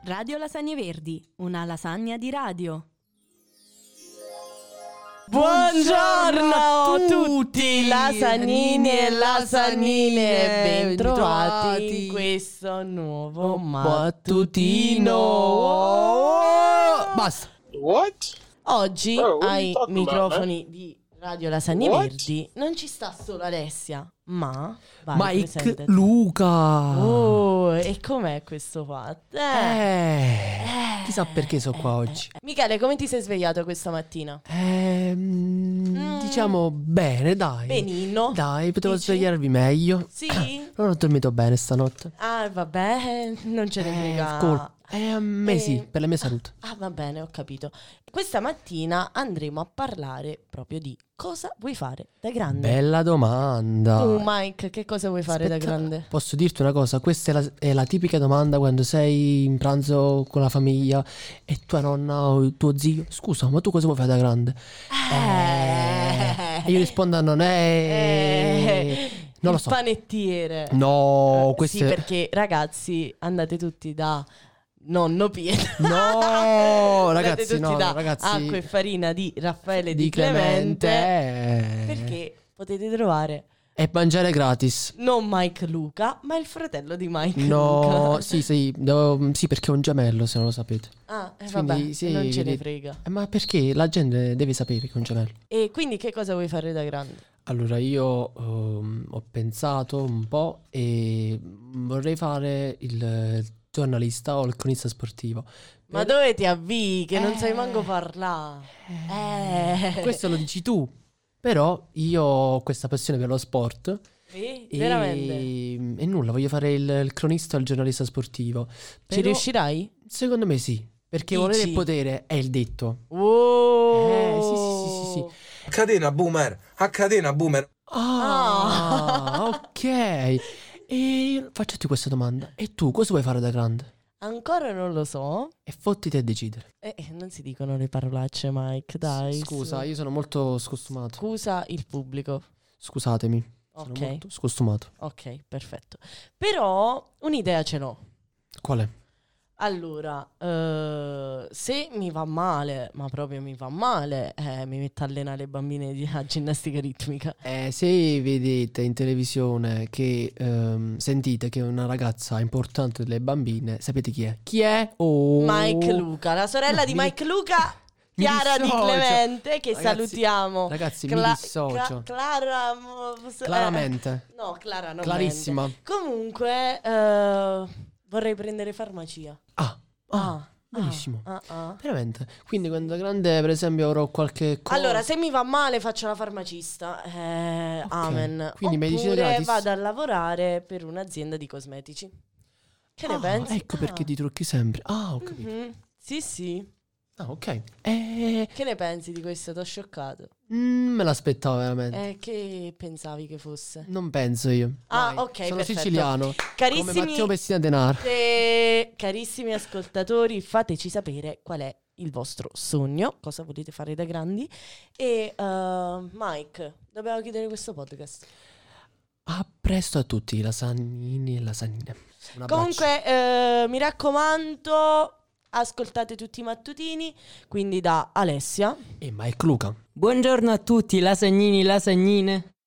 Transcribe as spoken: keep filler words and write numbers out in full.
Radio Lasagne Verdi, una lasagna di radio. Buongiorno a tutti, lasagnini e lasagnine, bentrovati in questo nuovo mattutino. Basta. What? Oggi Oh, what are ai you talking microfoni about, di Radio Lasagne What? Verdi non ci sta solo Alessia, ma vai, Mike presentati. Luca. Oh, e com'è questo fatto? Eh, chissà perché sono qua oggi. Michele, come ti sei svegliato questa mattina? Ehm, diciamo bene, dai. Benino. Dai, potevo Dici? svegliarvi meglio. Sì? Non ho dormito bene stanotte. Ah, vabbè, non ce ne frega. Eh, colpa. Eh, a me Eh, sì, per la mia salute. Ah, va bene, ho capito. Questa mattina andremo a parlare proprio di cosa vuoi fare da grande. Bella domanda. Tu, Mike, che cosa vuoi fare da Aspetta, grande? Posso dirti una cosa? Questa è la, è la tipica domanda quando sei in pranzo con la famiglia e tua nonna o il tuo zio: scusa, ma tu cosa vuoi fare da grande? Eh. E io rispondo: non è... Eh, non lo il so. panettiere. No, Eh, questo Sì, è... perché ragazzi, andate tutti da nonno Pietro. No, Andate ragazzi, tutti no, da ragazzi. acqua e farina di Raffaele Di, Di Clemente, Clemente. eh. perché potete trovare E mangiare gratis. non Mike Luca, ma il fratello di Mike No, Luca. sì, sì, devo- sì, perché è un gemello, se non lo sapete. Ah, eh, Quindi, vabbè, sì, non ce ne vedi- frega. Eh, ma perché la gente deve sapere che è un gemello. E quindi che cosa vuoi fare da grande? Allora, io ehm, ho pensato un po' e vorrei fare il giornalista o il cronista sportivo. Ma Per- dove ti avvii che non sai Eh. manco parlare? Eh. Questo lo dici tu, però io ho questa passione per lo sport. Sì, E, veramente? e nulla, voglio fare il, il cronista o il giornalista sportivo. Ci Però, riuscirai? secondo me sì, perché Dici? volere il potere è il detto. Wow. Eh, sì, sì, sì, sì, sì. A catena boomer, a catena boomer. Ah, ok. E io facciati questa domanda. E tu cosa vuoi fare da grande? Ancora non lo so. E fottiti a decidere. Eh, eh, non si dicono le parolacce, Mike, dai. Scusa, su. io sono molto scostumato. Scusa il pubblico. Scusatemi. Sono Ok. molto scostumato. Ok, perfetto. Però un'idea ce l'ho. Qual è? Allora, eh, se mi va male, ma proprio mi va male, eh, mi metto a allenare le bambine di a ginnastica ritmica. Eh, se vedete in televisione che ehm, sentite che una ragazza importante delle bambine, sapete chi è? Chi è? Oh. Mike Luca, la sorella No, di mi- Mike Luca, mi Chiara Di dissocio. Clemente, che Ragazzi- salutiamo. Ragazzi, Cla- mi dissocio. Cla- Clara... mo- eh, Claramente. no, Clara non Clarissima. mente. Comunque, eh, vorrei prendere farmacia. Ah, ah, Ah, benissimo. ah, ah, ah. Veramente. Quindi quando da grande, per esempio, avrò qualche cosa. Allora, se mi va male faccio la farmacista, eh, Ok, amen. quindi medicina Oppure gratis. vado a lavorare per un'azienda di cosmetici. Che ne Ah, pensi? ecco perché Ah. ti trucchi sempre. Ah, ho capito. Mhm. Sì, sì. Ah, ok. Eh, Che ne pensi di questo? T'ho scioccato. mm, me l'aspettavo veramente. Eh, che pensavi che fosse? Non penso io. Ah, Vai. ok, Sono perfetto. siciliano. Carissimi, Come Matteo Messina Denaro. eh, carissimi ascoltatori, fateci sapere qual è il vostro sogno, cosa volete fare da grandi. E uh, Mike, dobbiamo chiudere questo podcast. A presto a tutti, lasagnini e lasagnine. Un abbraccio. Comunque, eh, mi raccomando, ascoltate tutti i mattutini, quindi da Alessia. E Mike Luca. Buongiorno a tutti, lasagnini, lasagnine.